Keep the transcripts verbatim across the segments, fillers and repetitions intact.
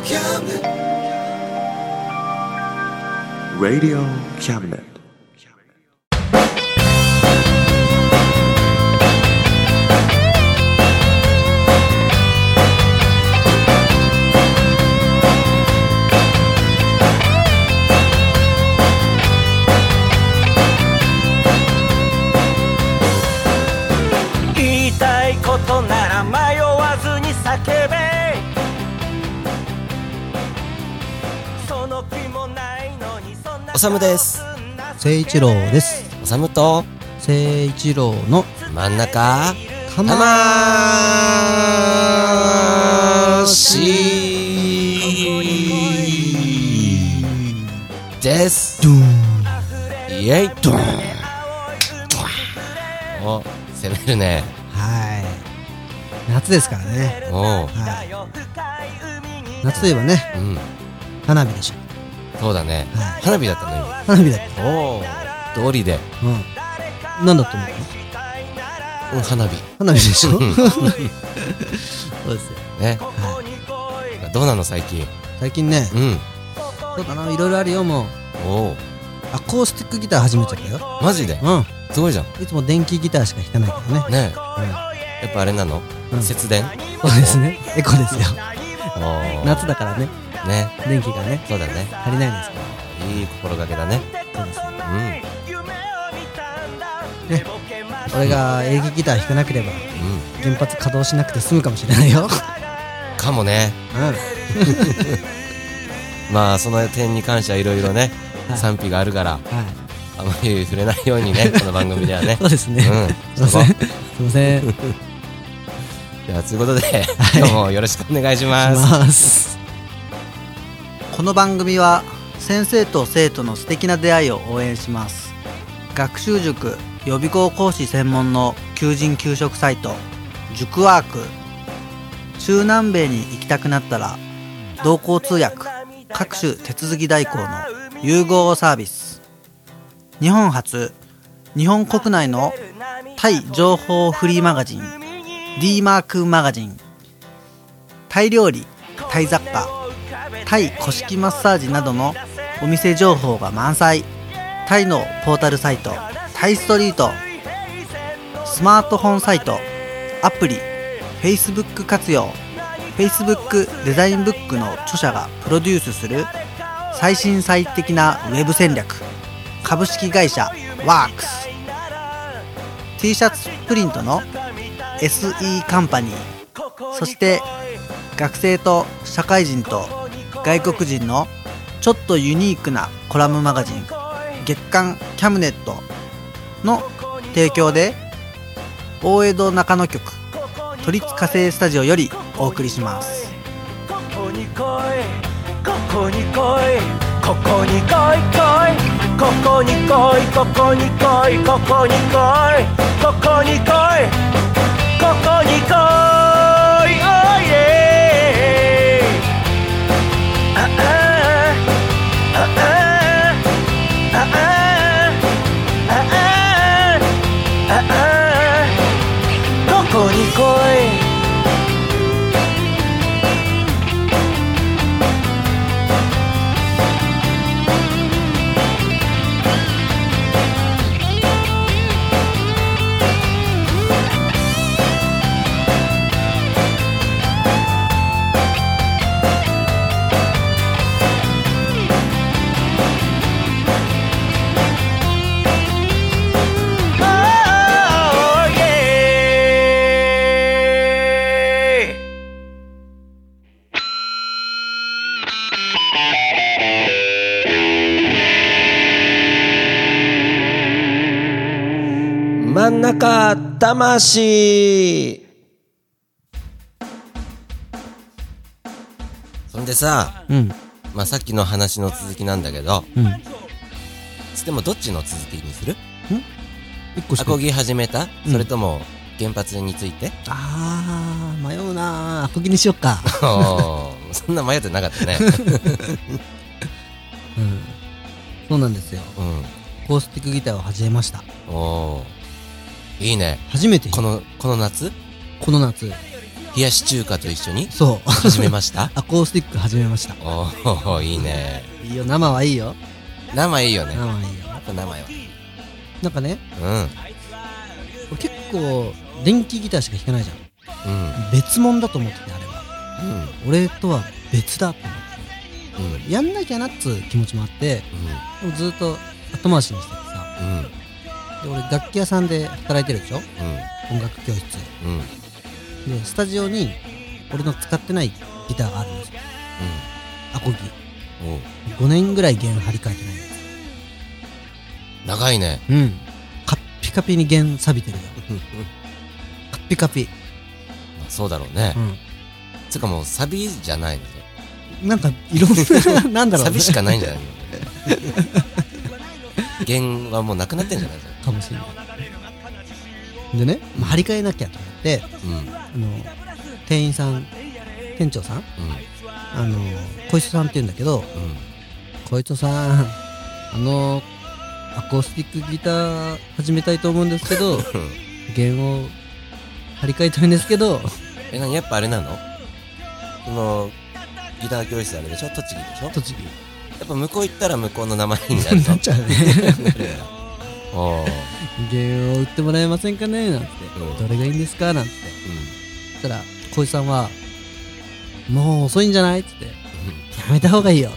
Radio Cabinet. 言いたいことなら迷わずに叫べ。その気もないのにそんな。 おさむです。 誠一郎です。 おさむと誠一郎の真ん中魂です。 ドゥーンイエイドーン。お、攻めるね。 はい、夏ですからね。 おう、 はい、夏といえばね、 うん、 花火でしょ。 そうだね、 はい、 花火だったの今。 花火だった。 おお、通りで、 うん、なんだと思うの？ うん、花火。 花火でしょ。そうですよね、 はい、 どうなの最近？ 最近ね、 うん、 そうだな、いろいろあるよ。もうおお、 アコースティックギター始めちゃったよ。 マジで？ うん、 すごいじゃん。 いつも電気ギターしか弾かないけどね。 ねえ、 うん、 やっぱあれなの、うん、節電？ そうですね、エコですよ。夏だからね、 ね、 電気がね、 そうだね、 足りないですから。 いい心がけだね。 そうですね。 うん。 ね、俺がエレキギター弾かなければ、うん、原発稼働しなくて済むかもしれないよ。 かもね。うん。まあその点に関してはいろいろね、はい、賛否があるから、はい、あまり触れないようにね、この番組ではね。 そうですね。うん。すいません。すいません。 ではということで、はい、今日もよろしくお願いします。 ます。この番組は先生と生徒の素敵な出会いを応援します。学習塾予備校講師専門の求人・求職サイト塾ワーク。中南米に行きたくなったら同行通訳各種手続き代行の融合サービス。日本初、日本国内のタイ情報フリーマガジン D マークマガジン。タイ料理、タイ雑貨、タイ古式マッサージなどのお店情報が満載。タイのポータルサイトタイストリート。スマートフォンサイト、アプリ、Facebook 活用。 Facebook デザインブックの著者がプロデュースする最新最適なウェブ戦略。株式会社ワークス。 T シャツプリントの エスイー カンパニー。そして学生と社会人と外国人のちょっとユニークなコラムマガジン月刊キャムネットの提供で大江戸中野局都立火星スタジオよりお送りします。 ここに来い、ここに来い、ここに来い、来い、ここに来い、ここに来い、ここに来い、ここに来い、ここに来い、おいえ。ああああああああ、ここに来い。 真ん中魂。そんでさ、うん、まあさっきの話の続きなんだけど、うん、つってもどっちの続きにする？ん？一個しか。アコギ始めた？うん、それとも原発について？ あー、迷うなー。アコギにしよっか。 そんな迷ってなかったね。 うん、そうなんですよ。うん、アコースティックギターを始めました。 おー、いいね。 初めてこのこの夏？ この夏弾冷やし中華と一緒にそう始めましたアコースティック始めました。 おーいいね。 いいよ、生はいいよ。 生いいよね。 生はいいよ。 やっぱ生よ。 なんかね、 うん俺結構電気ギターしか弾けないじゃん。 うん別物だと思ってて、あれは俺とは別だと思って、 うんうんやんなきゃなっつう気持ちもあって、でもずっと後回しにしててさ。 うんで俺楽器屋さんで働いてるでしょ、 うん音楽教室うんで。スタジオに俺の使ってないギターがあるんですよ。アコギうんおうごねんぐらい弦張り替えてないや長いね。 つ。うんカッピカピに弦錆びてるよ。カッピカピ。 まあそうだろうね。 うんつうかもうサビじゃないのね。 なんかいろんななんだろうね、 サビしかないんじゃないの弦はもうなくなってんじゃないのかもしれないでね、まあ、張り替えなきゃと思って、 うんあの店員さん店長さんうんあの小磯さんって言うんだけど、 うん小磯さんあのアコースティックギター始めたいと思うんですけど弦を張り替えたいんですけどえ、なにやっぱあれなの？そのギター教室あれでしょ？栃木でしょ？ 栃木やっぱ向こう行ったら向こうの名前になるの？ なっちゃうねおー弦を売ってもらえませんかねなんて、 うんどれがいいんですかなんて。そしたら小石さんはもう遅いんじゃないって言ってやめた方がいいよ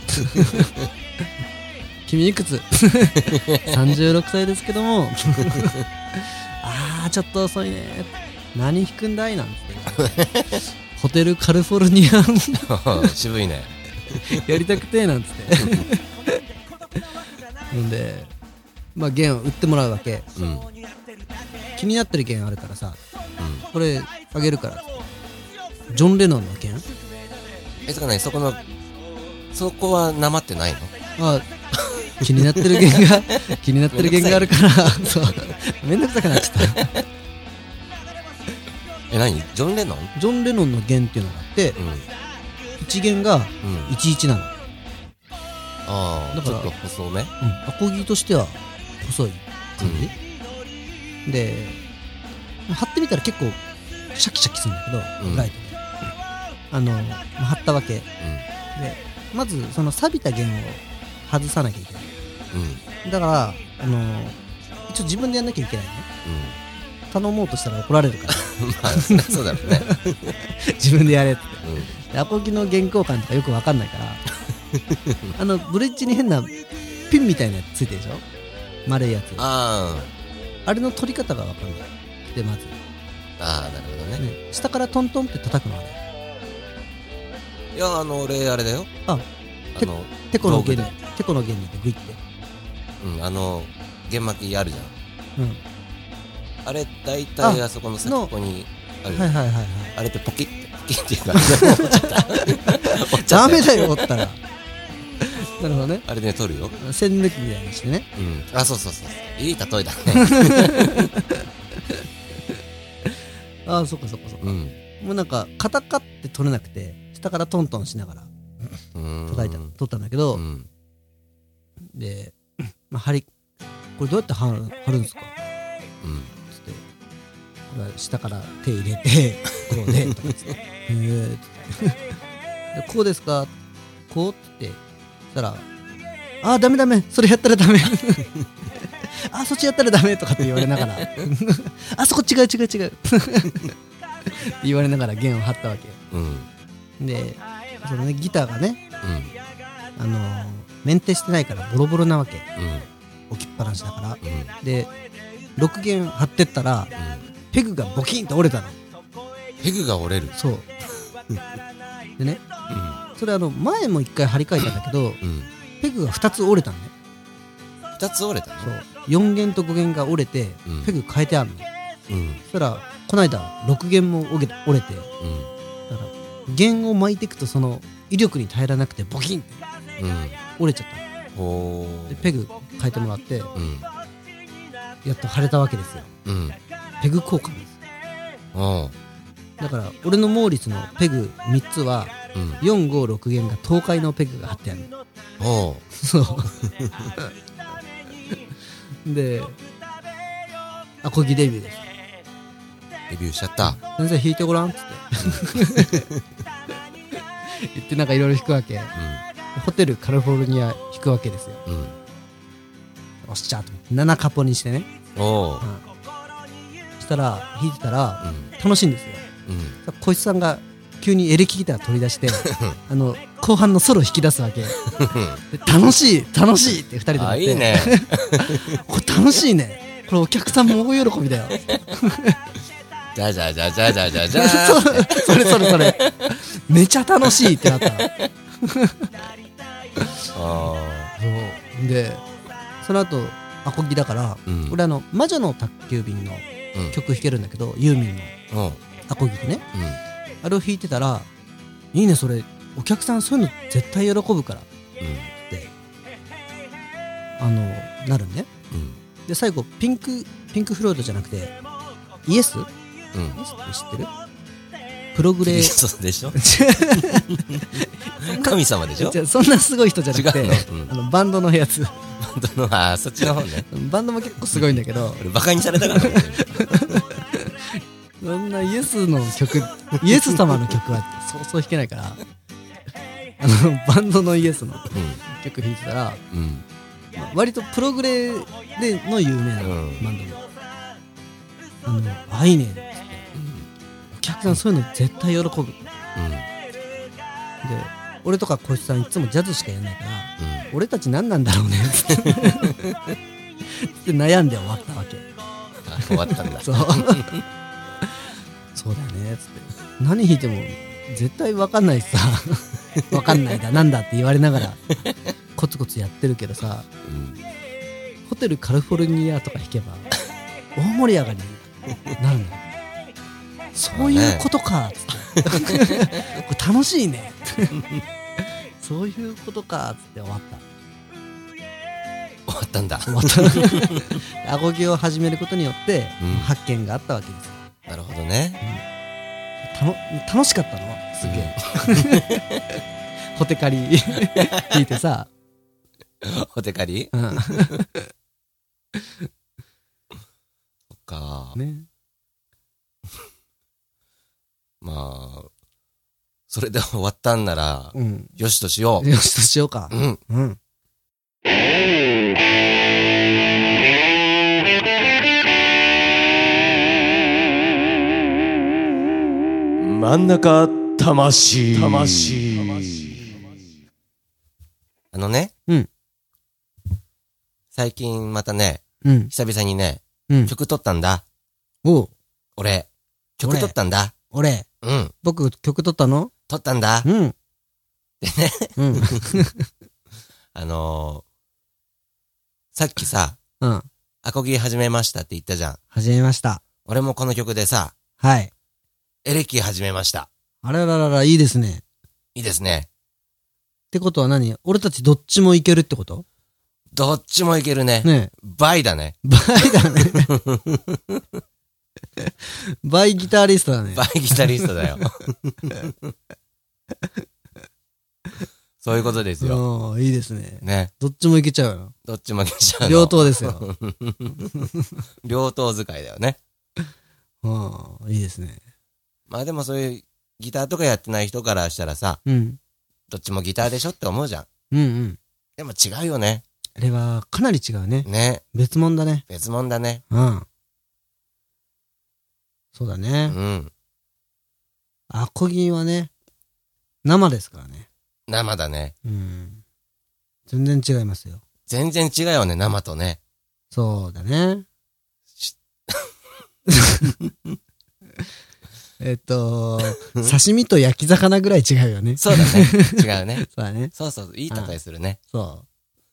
君いくつさんじゅうろくさいですけどもあーちょっと遅いね何弾くんだいなんてホテルカリフォルニアうん渋いね。 やりたくてなんつってなんでまあ弦を売ってもらうわけ。 うんうん気になってる弦あるからさこれあげるからってジョン・レノンの弦。 え、つかね、そこのそこはなまってないの？ あ気になってる弦が気になってる弦があるからそうめんどくさくなっちゃったえ、なにジョン・レノン？ ジョン・レノンの弦っていうのがあってうんうんいち弦がいちいちなの。 ああ、 だからちょっと細め。 うんアコギとしては細い感じ、で貼ってみたら結構シャキシャキするんだけど、 うんライトであの貼ったわけで、 うまずその錆びた弦を外さなきゃいけない。 んうんだからあの一応自分でやんなきゃいけないね。 う頼もうとしたら怒られるからんまあそりゃそうだろうね。 自分でやれって。 うんでアコギの弦交換とかよくわかんないからあのブリッジに変なピンみたいなやつついてるでしょ、丸いやつ。ああれの取り方がわかんないで、まず、 あああ、なるほどね。 ね、下からトントンって叩くのはね、 いや、あの俺あれだよ。 ああのテコの弦道でテコの弦でグイって。 うん、あの弦巻きあるじゃん。 うんあれ大体あそこの先っぽにある。 はいはいはいはい。 あれってポキッてポキッっていうか折っちゃった折っちゃったよダメだよ、折ったら。なるほどね。 あれね取るよ。 線抜きみたいにしてね。 うん。あ、そうそうそう。いい例えだね。 ああ、そっかそっかそっか。 うん。 もうなんか、肩かって取れなくて、下からトントンしながらうーん叩いた、取ったんだけど、 うん。 で、まあ、針、これどうやって貼る貼るんですかうん。 つって、これ下から手入れて、こうで、とかつって、へえ、つってで、こうですかこうって言って、そしたら、あーダメダメ、それやったらダメ。あ、そっちやったらダメとかって言われながら、あそこ違う違う違うって言われながら弦を張ったわけ。 うん。 で、そのね、ギターがね、 うん。 あのー、メンテしてないからボロボロなわけ。 うん。 置きっぱなしだから。 うん。 で、ろく弦張ってったら、ペグがボキンと折れたの。 ペグが折れる。 そう。でね、それあの、前も一回張り替えたんだけど、 うん。うん。 ペグがふたつ折れたのね。 二つ折れたの？ そう。よん弦とご弦が折れて、 うんペグ変えてあるの。 うん。 そしたら、こないだろく弦も折れ折れて、だから弦を巻いていくとその威力に耐えられなくてボキンってうん。うん。 折れちゃったの。 ほで、ペグ変えてもらって、 ー。うん。 やっと腫れたわけですよ。 うん。 ペグ交換です。 おう。 だから、俺のモーリスのペグみっつは、 うん。 よん、ご、ろく弦が東海のペグが貼ってあるの。 おう。 そう。で、アコギデビューです。 デビューしちゃった。 先生弾いてごらんっつって言ってなんかいろいろ弾くわけ、うん、ホテルカリフォルニア弾くわけですよ、うん、おっしゃーとななカポにしてね。おー、うん、そしたら弾いてたら、うん、楽しいんですよ、うん、小石さんが急にエレキギター取り出してあの後半のソロ弾き出すわけ楽しい楽しいってふたりで言って、あ、いいねこれ楽しいね、これお客さんも大喜びだよじゃじゃじゃじゃじゃじゃじゃそれそれそれめちゃ楽しいってなったのあそうで、その後アコギだから、うん、俺あの魔女の宅急便の曲弾けるんだけど、うん、ユーミンのアコギでね、うん、あれを弾いてたらいいねそれお客さんそういうの絶対喜ぶから、うん、ってあのなるね、うん、で最後ピンクピンクフロイドじゃなくてイエス、うん、イエスって知ってる？プログレーそうでしょ神様でしょ。 じゃそんなすごい人じゃなくて、うん、あのバンドのやつバンドのあそっちの方ねバンドも結構すごいんだけど俺バカにされたからそんなイエスの曲イエス様の曲はそうそう弾けないからあのバンドのイエスの曲弾いてたら、うんまあ、割とプログレでの有名なバンドの、うん、あのあいいねってって、うん、お客さんそういうの絶対喜ぶ、うん、で俺とか小石さんいつもジャズしかやんないから、うん、俺たち何なんだろうねってって悩んで終わったわけ。 あ終わったんだそうそうだよねっつって何弾いても絶対分かんないしさ分かんないだなんだって言われながらコツコツやってるけどさ、うん、ホテルカリフォルニアとか弾けば大盛り上がりになるんだよそういうことかっつってこれ楽しいねそういうことかっつって終わった終わったんだ終わったアコギを始めることによって、うん、発見があったわけですよ。 なるほどね、 うん、たの楽しかったのすげえ、うん、ホテカリ聞いてさホテカリ、うん、そっかねまあそれで終わったんなら、うん、よしとしようよしとしようかうん、うん真ん中魂魂あのね、うん、最近またね、うん、久々にね、うん、曲撮ったんだ。おう俺曲撮ったんだ。 俺うん僕曲撮ったの？ 撮ったんだ。うんでね、うん、あのー、さっきさ、うん、アコギ始めましたって言ったじゃん。 始めました。 俺もこの曲でさ、 はいエレキ始めました。 あらららら、いいですね。 いいですね。 ってことは何？俺たちどっちもいけるってこと？ どっちもいけるね。ねえ。倍だね。 倍だね。倍ギタリストだね。 倍ギタリストだよ。そういうことですよ。 いいですね。 ね。 どっちもいけちゃうよ。 どっちもいけちゃう。 両党ですよ。 両党使いだよね。 ああ、いいですね。 まあでもそういうギターとかやってない人からしたらさ、うん、どっちもギターでしょって思うじゃん。うんうん。でも違うよね。 あれはかなり違うね。 ね。 別物だね。 別物だね。 うん。そうだね。うん。アコギはね、生ですからね。 生だね。 うん。全然違いますよ。 全然違うよね、生とね。 そうだね。えっと、刺身と焼き魚ぐらい違うよね。 そうだね。違うね。 そうだね。 そうそう、いい例えするね。 そう。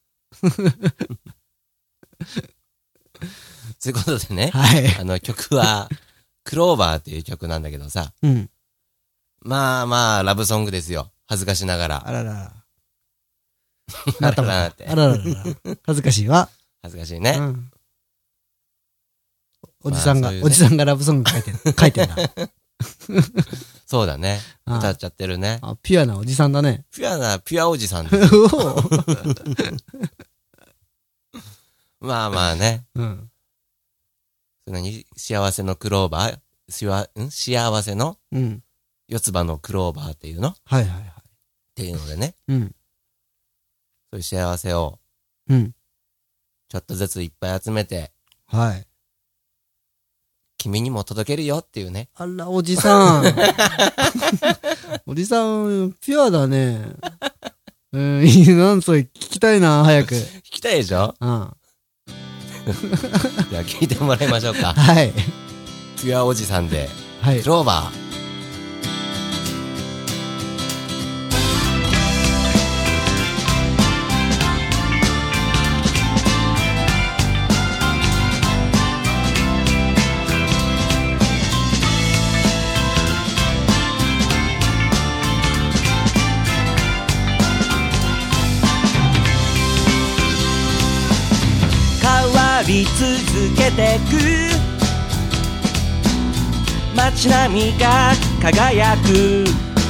ということでね、 はい、 あの曲は、クローバーっていう曲なんだけどさ、うん、まあまあ、ラブソングですよ。恥ずかしながら。 あらら。 あららって。 あららら。恥ずかしいわ。 恥ずかしいね。うん、 おじさんが、まあううね、おじさんがラブソング書いてる。書いてんだ。 そうだね。歌っちゃってるね。 あ、ピュアなおじさんだね。 ピュアな、ピュアおじさんです。まあまあね。うん。そんなに幸せのクローバー、 しわ、ん幸せの、 うん。 四つ葉のクローバーっていうのっはいはいはい。 ていうのでね。 うん。 そういう幸せを、 うん。 ちょっとずついっぱい集めて、 はい。 君にも届けるよっていうね。 あら、おじさん。おじさん、ピュアだね。うん、いい、なんそれ、聞きたいな、早く。 聞きたいでしょ？ うん。 じゃあ聞いてもらいましょうか。 はい。 ピュアおじさんで、 はい。 クローバー。 り続けてく街並みが輝く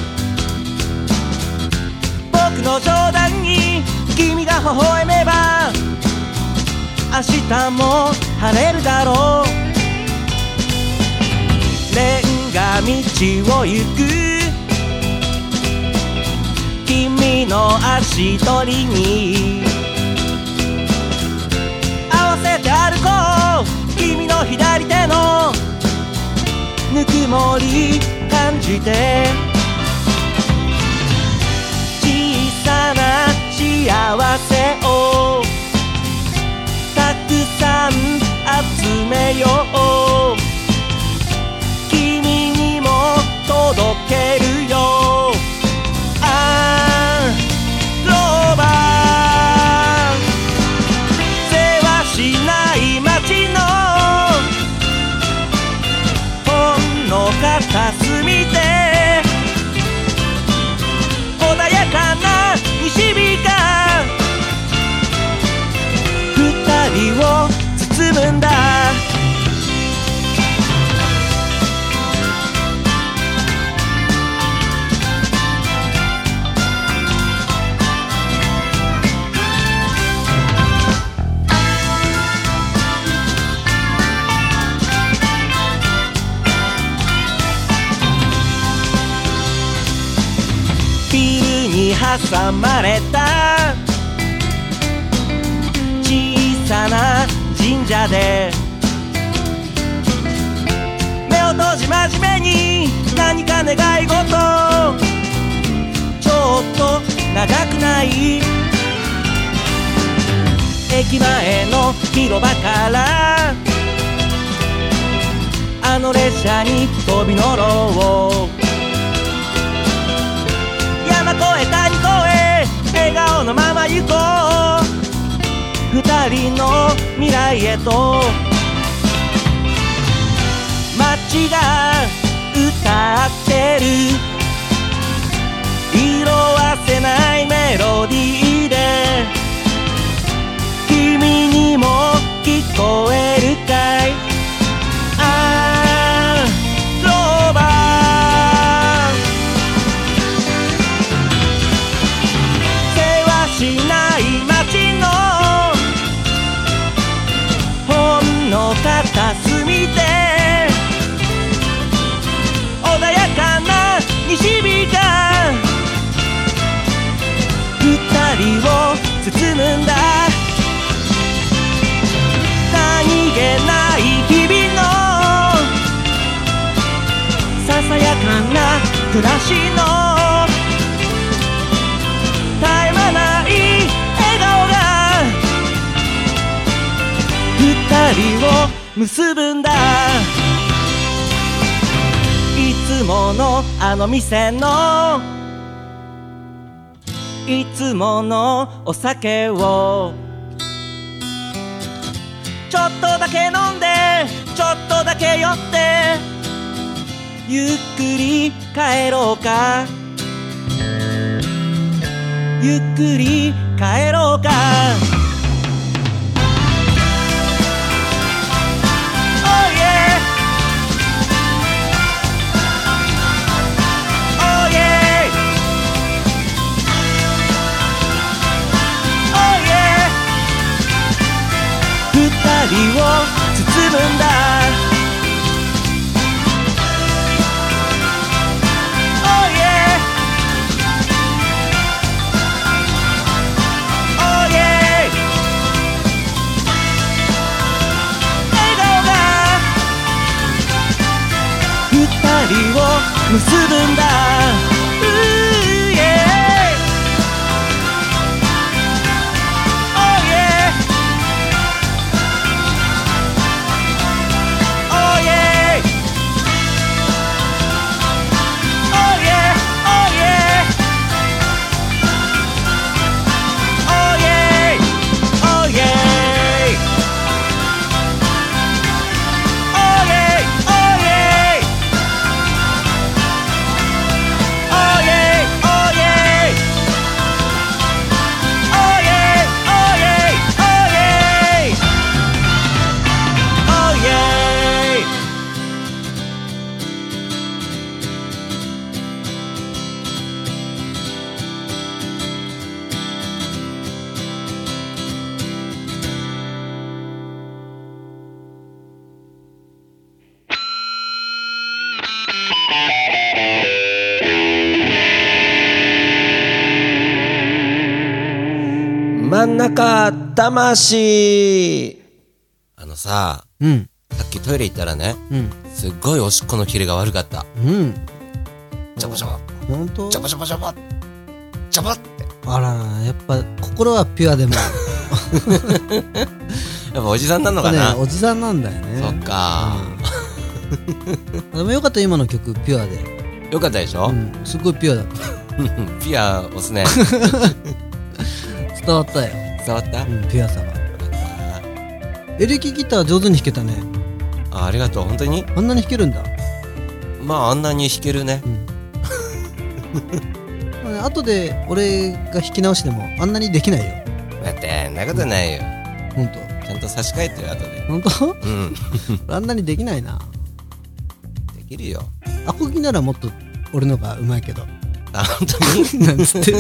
僕の冗談に君が微笑めば明日も晴れるだろうレンガ道を行く君の足取りに合わせて歩こう君の左手のぬくもり感じて小さな幸せをたくさん集めよう君にも届けるよあーローバーせわしない街のほんの片隅で穏やかな西日が二人を包むんだビルに挟まれた小さな神社で目を閉じ真面目に何か願い事ちょっと長くない駅前の広場からあの列車に飛び乗ろう山越え谷越え笑顔のまま行こう二人の未来へと街が歌ってる色あせないメロディーで君にも聞こえるかいあーローバーせわしない街のほんの片隅で穏やかな西日が二人を包むんだ何気ない日々のささやかな暮らしの絶え間ない笑顔が二人を結ぶんだいつものあの店のいつものお酒をちょっとだけ飲んでちょっとだけ酔ってゆっくり帰ろうかゆっくり帰ろうか二人を包むんだ二人を結ぶんだ。真ん中魂。 あのさ、 うん。 さっきトイレ行ったらね、 うん。 すっごいおしっこのキレが悪かった。 うん。 ジャバジャバ。 ほんと？ ジャバジャバジャバ。ジャバって。 あらら、やっぱ心はピュアでも。 やっぱおじさんなのかな。 ね、おじさんなんだよね。 そっか、 うん、でもよかった、今の曲ピュアで。 よかったでしょ、 うん、すごいピュアだった。 ピュア押すね。 伝わったよ。 伝わった、 うん、ピュアさが。エレキギター上手に弾けたね。 あ、ありがとう。本当にあんなに弾けるんだ。 まああんなに弾けるね、 うん、後で俺が弾き直してもあんなにできないよ。 だってんなことないよ、 うん、ほんとちゃんと差し替えてよ後で。 ほんとうん。 あんなにできないな。 できるよ。 アコギならもっと俺のがうまいけど。 あ、本当になんつって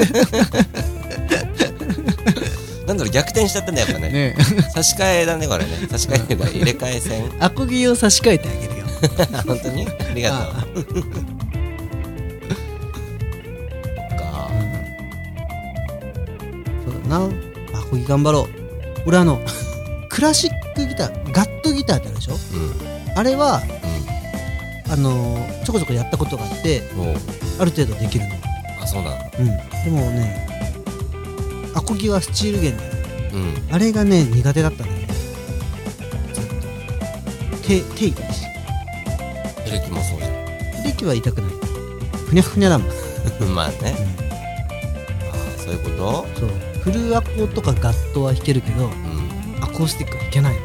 なんだろう、逆転しちゃったね、やっぱね。 ね差し替えだね、これね。差し替えが入れ替え線。 アコギを差し替えてあげるよ。 本当にありがとう。そっか、 うん、そうだな。アコギ頑張ろう。俺あのクラシックギター、ガットギターってあるでしょ、うん、あれは、うん、あのー、ちょこちょこやったことがあってある程度できるの。 あ、そうなの。 うん。でもね、アコギはスチール弦だよ、うん、あれがね苦手だったんだよね。ずっと手手痛いし。 エレキもそうじゃん。 エレキは痛くない。ふにゃふにゃだもん。 まあね、うん、ああ、そういうこと。 そう、フルアコとかガットは弾けるけど、うん、アコースティックは弾けないの。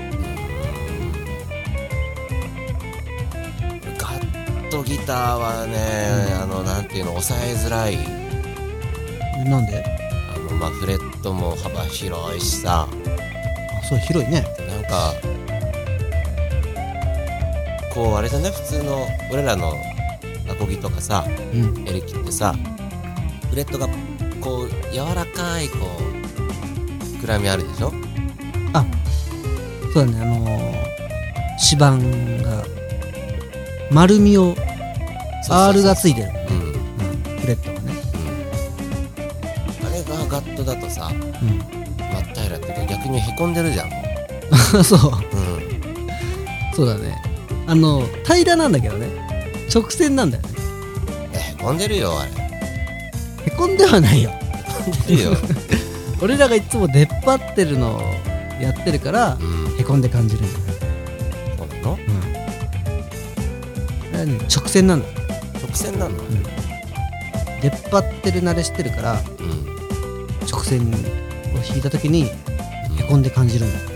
ガットギターはね、うん、あのなんていうの、抑えづらい。 なんで？ あのまあフレットも幅広いしさ。 あ、そう、広いね。 なんかこうあれだね、普通の俺らのアコギとかさ、うん、エレキってさ、フレットがこう柔らかいこう膨らみあるでしょ。 あ、そうだね、あのー、指板が丸みを R がついてる、うんうん、フレットがね、 うん、あれがガットだとさ、うん、真っ平らっていうか逆にへこんでるじゃん。 そう、うん、 そうだね。あの平らなんだけどね、直線なんだよね。 へこんでるよあれ。 へこんではないよ。 へこんでるよ。 俺らがいつも出っ張ってるのをやってるから、うん、へこんで感じるんだよ。 そうなの？ うん。ね、直線なんだ。 直線なの？うん。 出っ張ってる慣れしてるから、うん、直線を引いた時にへこんで感じるんだ。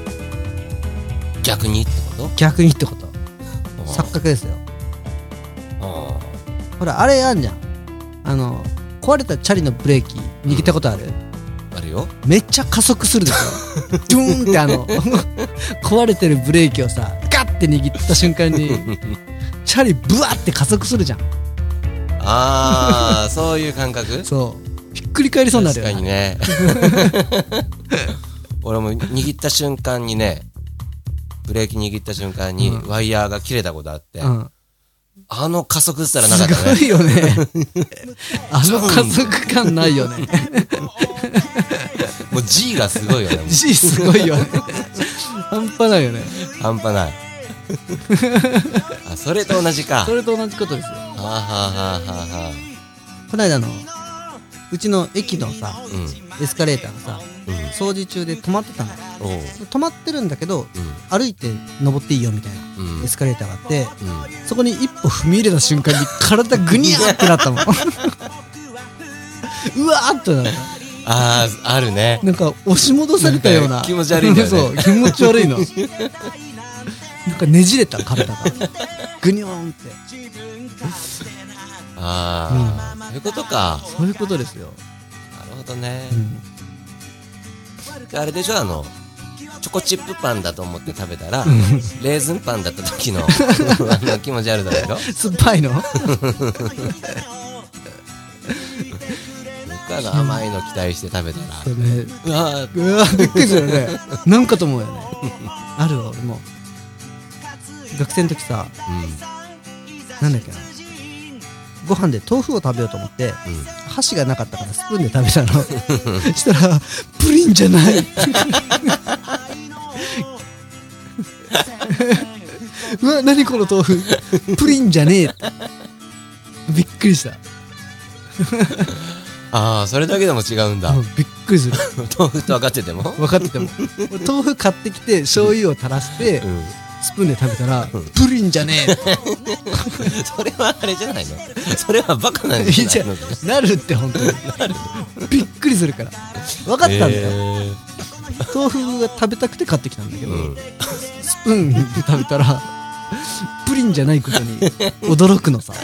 逆にってこと？ 逆にってこと。錯覚ですよ。 あ、 ほらあれあんじゃん、あの壊れたチャリのブレーキ握ったことある？うん、 あるよ。 めっちゃ加速するでしょ。ドゥーンってあの壊れてるブレーキをさガッて握った瞬間にチャリブワッて加速するじゃん。 ああ、そういう感覚。 そう、ひっくり返りそうになるよ。 確かにね。俺も握った瞬間にね、ブレーキ握った瞬間にワイヤーが切れたことあって、うん、あの加速したらなかったね。 すごいよね。あの加速感ないよね。 もう G がすごいよね。 G すごいよね。半端ないよね。 半端ない。 あ、それと同じか。 それと同じことですよ。 はあ、はあはあはあはこの間のうちの駅のさ、 あ、うんエスカレーターがさ、 うん掃除中で止まってたの。 おう止まってるんだけど、 うん歩いて登っていいよみたいな、 うんエスカレーターがあって、 うん。 そこに一歩踏み入れた瞬間に体グニャーってなったもん。うわーってなった。 ああ、あるね。 なんか押し戻されたような。 なんか気持ち悪いんだよねそう、気持ち悪いの。なんかねじれた体が。グニョーンって。 ああ、そういうことか。 そういうことですよ。 なるほどね。 うんあれでしょ、あのチョコチップパンだと思って食べたらレーズンパンだった時のあの気持ち悪さだろ。 酸っぱいの。 僕はあの甘いの期待して食べたら、 そうね、 うわーうわーびっくりするよね。なんかと思うよね。あるわ、俺も学生の時さ、なんだっけな、ご飯で豆腐を食べようと思って、 うんうん箸がなかったからスプーンで食べたの。したらプリンじゃない。うわ、何この豆腐、プリンじゃねえ。びっくりした。 ああ、それだけでも違うんだ。 びっくりする。 豆腐と分かってても分かってても豆腐買ってきて醤油を垂らして、 うんスプーンで食べたら、プリンじゃねえ。 それはあれじゃないの。それはバカなんじゃないの。 なるって本当にびっくりするから分かったんだよ、 えー、 豆腐が食べたくて買ってきたんだけど、 うん、 スプーンで食べたらプリンじゃないことに驚くのさ。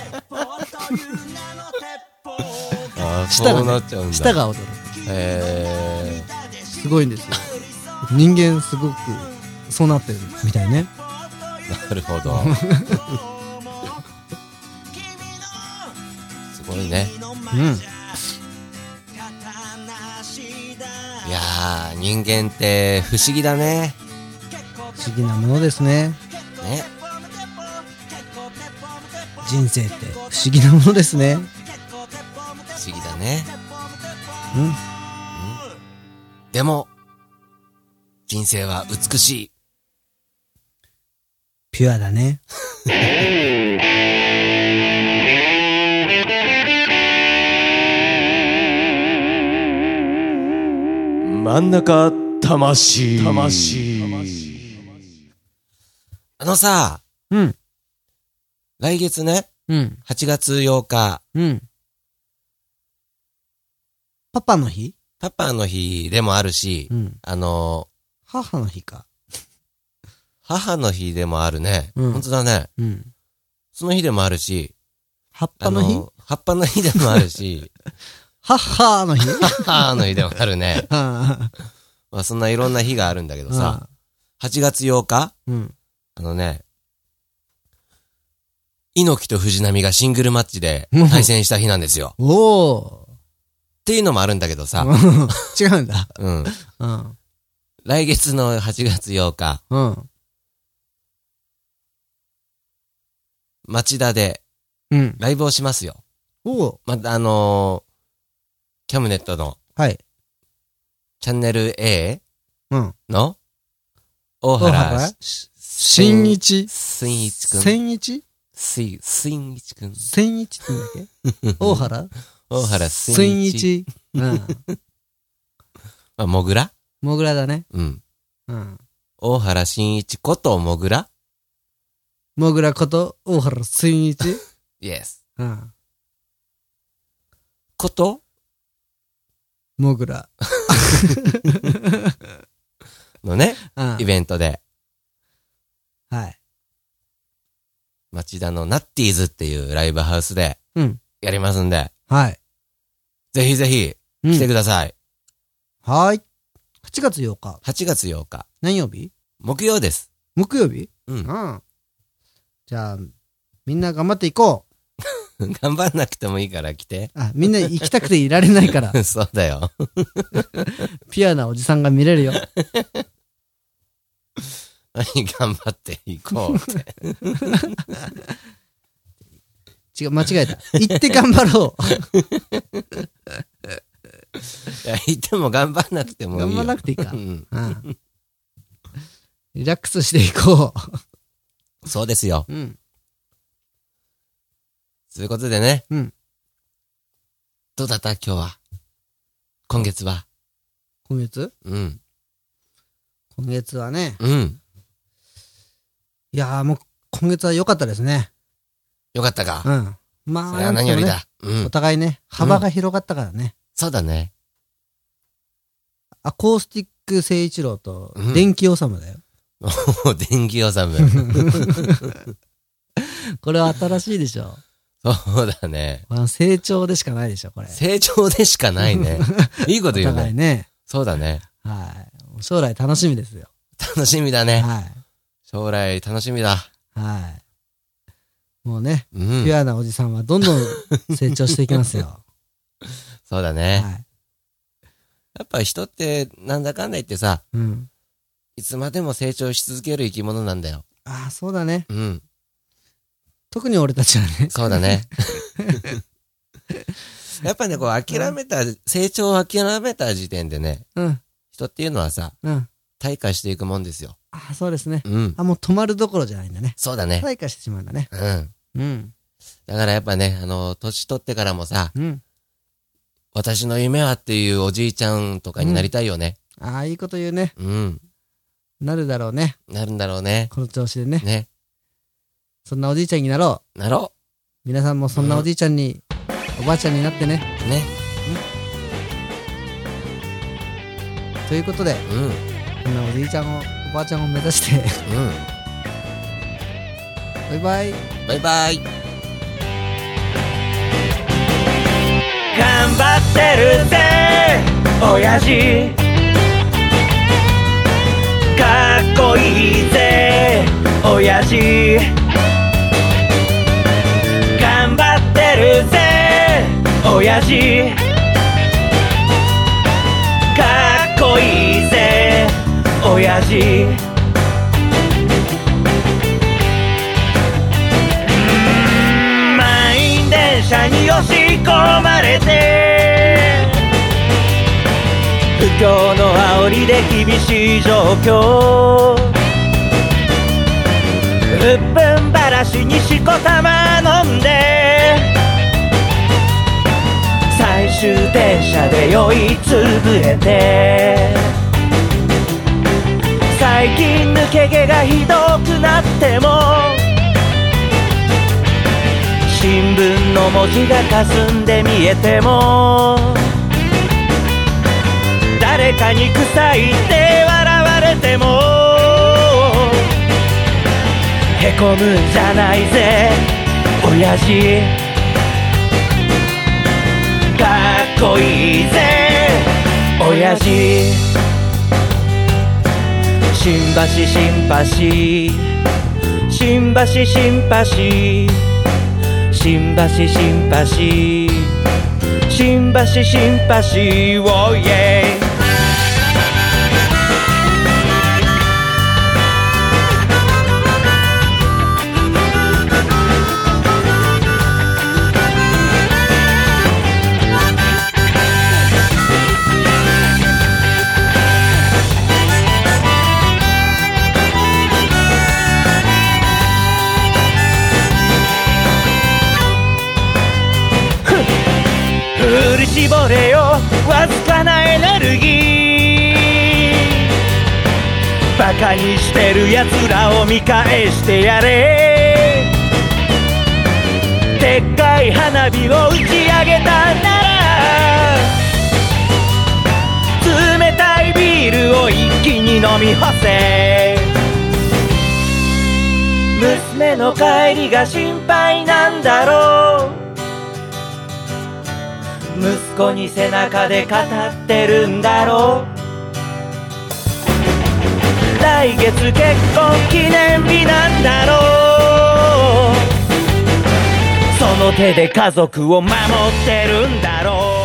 あ、 舌が、 そうなっちゃうんだ。 舌が驚く。 へー、 すごいんですよ。人間すごくそうなってるみたいね。 なるほど。すごいね。 うん。 いやー、人間って不思議だね。 不思議なものですね。 ね。 人生って不思議なものですね。 不思議だね。 うん。 うん、でも人生は美しい。 ピュアだね。 真ん中魂魂。 あのさ、 うん。 来月ね、 うん。 はちがつようか、 うん。パパの日？ パパの日でもあるし、 うん。 あの母の日か。 母の日でもあるね。 うん、 本当だね。 うん。 その日でもあるし、 葉っぱの日？ 葉っぱの日でもあるし、 母の日？ 母の日でもあるね。 あまあそんないろんな日があるんだけどさ、はちがつようか、 うん。 あのね、猪木と藤波がシングルマッチで対戦した日なんですよ。 おー。 っていうのもあるんだけどさ、 違うんだ。 うん。 うん。 来月のはちがつようか、 うん。 町田でうん。 ライブをしますよ。 おー。 またあのー、キャムネットのはい。 チャンネル A うん。 の大大原原新一新一くん。 千一新新一くん。 千一って言うんだっけ？大原大原新千一。 一。うん。 まあ、もぐら？ もぐらだね。 うん。 うん。 大原新一こともぐら？ もぐらこと大原千一？ イエス。 うん。 こともぐら。 のね、 うん。 イベントで、 はい。 町田のナッティーズっていうライブハウスで、 うん。 やりますんで、 はい。 ぜひぜひ、来てください。 はーい。はちがつようか。 はちがつようか。 何曜日？ 木曜です。 木曜日？ うん。 うん。じゃあ、みんな頑張っていこう。 頑張んなくてもいいから来て。 あ、みんな行きたくていられないから。 そうだよ。 ピュアなおじさんが見れるよ。 何頑張っていこうって。 違う、間違えた。行って頑張ろう。 いや、言っても頑張んなくてもいいよ。 頑張らなくていいか。 うん。 うん。リラックスしていこう。 そうですよ。 うん。 そういうことでね。 うん。 どうだった今日は。今月は。 今月？ うん。 今月はね。 うん。 いやーもう、今月は良かったですね。 良かったか。 うん。まあ、 それは何よりだ。 うん。お互いね、幅が広がったからね。うん、 そうだね。 アコースティック誠一郎と、電気オサムだよ。 おお、電気オサム。 これは新しいでしょ。 そうだね。 成長でしかないでしょ、これ。 成長でしかないね。いいこと言うね。お互いね。そうだね。 はい。将来楽しみですよ。 楽しみだね。 はい。 将来楽しみだ。 はい。もうね、うん、ピュアなおじさんはどんどん成長していきますよ。 そうだね。はい。やっぱ人ってなんだかんだ言ってさ、うん、いつまでも成長し続ける生き物なんだよ。 ああ、そうだね。 うん。 特に俺たちはね。 そうだね。やっぱね、こう諦めた、うん、成長を諦めた時点でね、うん、人っていうのはさ、うん、退化していくもんですよ。 ああ、そうですね。 うん。 あ、もう止まるどころじゃないんだね。 そうだね。 退化してしまうんだね。 うん。うん。だからやっぱね、あの、年取ってからもさ、うん、私の夢はっていうおじいちゃんとかになりたいよね。 うん、ああ、いいこと言うね。 うん。 なるだろうね。 なるんだろうね。 この調子でね。 ね。 そんなおじいちゃんになろう。なろう。皆さんもそんなおじいちゃんに、うん、おばあちゃんになってね。 ね。 うん、ということで、うん。そんなおじいちゃんを、おばあちゃんを目指して、うん。バイバイ。 バイバイ。 頑張ってるぜ、親父。かっこいいぜ、親父。頑張ってるぜ、親父。かっこいいぜ、親父。満員電車に押し込まれて、不況の煽りで厳しい状況、うっぷんばらしにしこたま飲んで、最終電車で酔いつぶれて、最近抜け毛がひどくなっても、新聞の文字が霞んで見えても、誰かに臭いって笑われても、へこむんじゃないぜ、親父。かっこいいぜ、親父。新橋新橋新橋新橋新橋新橋新橋新橋おいえい。振り絞れよわずかなエネルギー、バカにしてるやつらを見返してやれ。でっかい花火を打ち上げたなら、冷たいビールを一気に飲み干せ。娘の帰りが心配なんだろう、息子に背中で語ってるんだろう。来月結婚記念日なんだろう、その手で家族を守ってるんだろ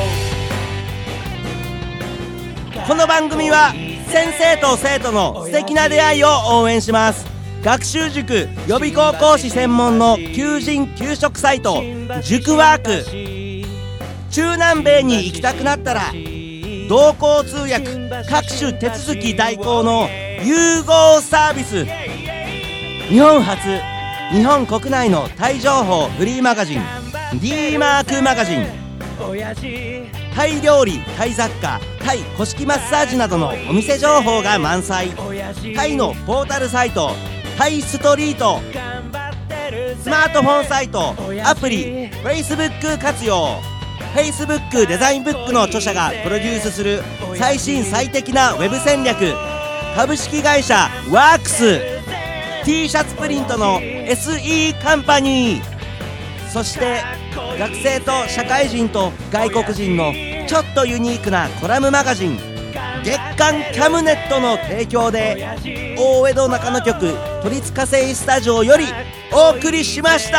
う。この番組は先生と生徒の素敵な出会いを応援します。学習塾予備校講師専門の求人・求職サイト塾ワーク。中南米に行きたくなったら同行通訳各種手続き代行の融合サービス。 日本初、日本国内のタイ情報フリーマガジン D マークマガジン。タイ料理、タイ雑貨、タイ古式マッサージなどのお店情報が満載。タイのポータルサイトタイストリート、スマートフォンサイト、アプリ、Facebook 活用。 Facebook デザインブックの著者がプロデュースする最新最適なウェブ戦略。株式会社ワークス。 T シャツプリントの エスイー カンパニー。そして学生と社会人と外国人のちょっとユニークなコラムマガジン月刊キャムネットの提供で大江戸中野局都立火星スタジオよりお送りしました。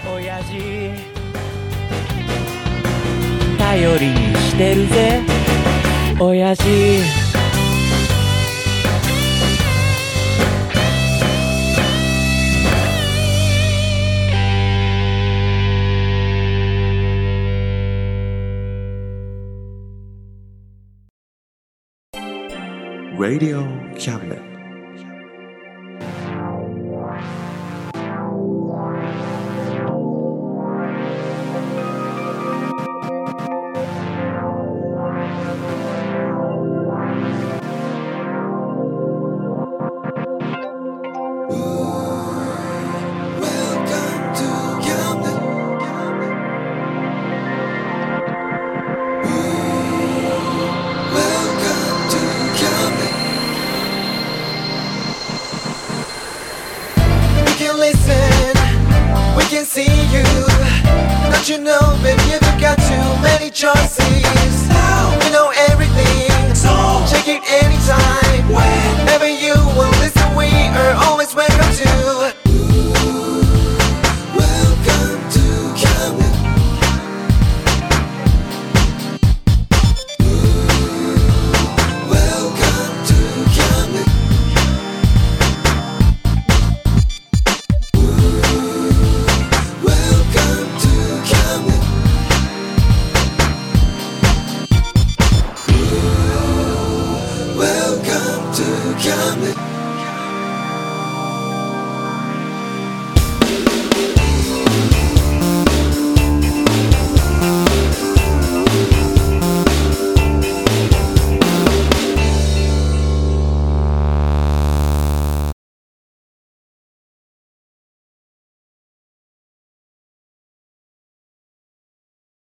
頼りにしてるぜ親父。 Radio Cabinet.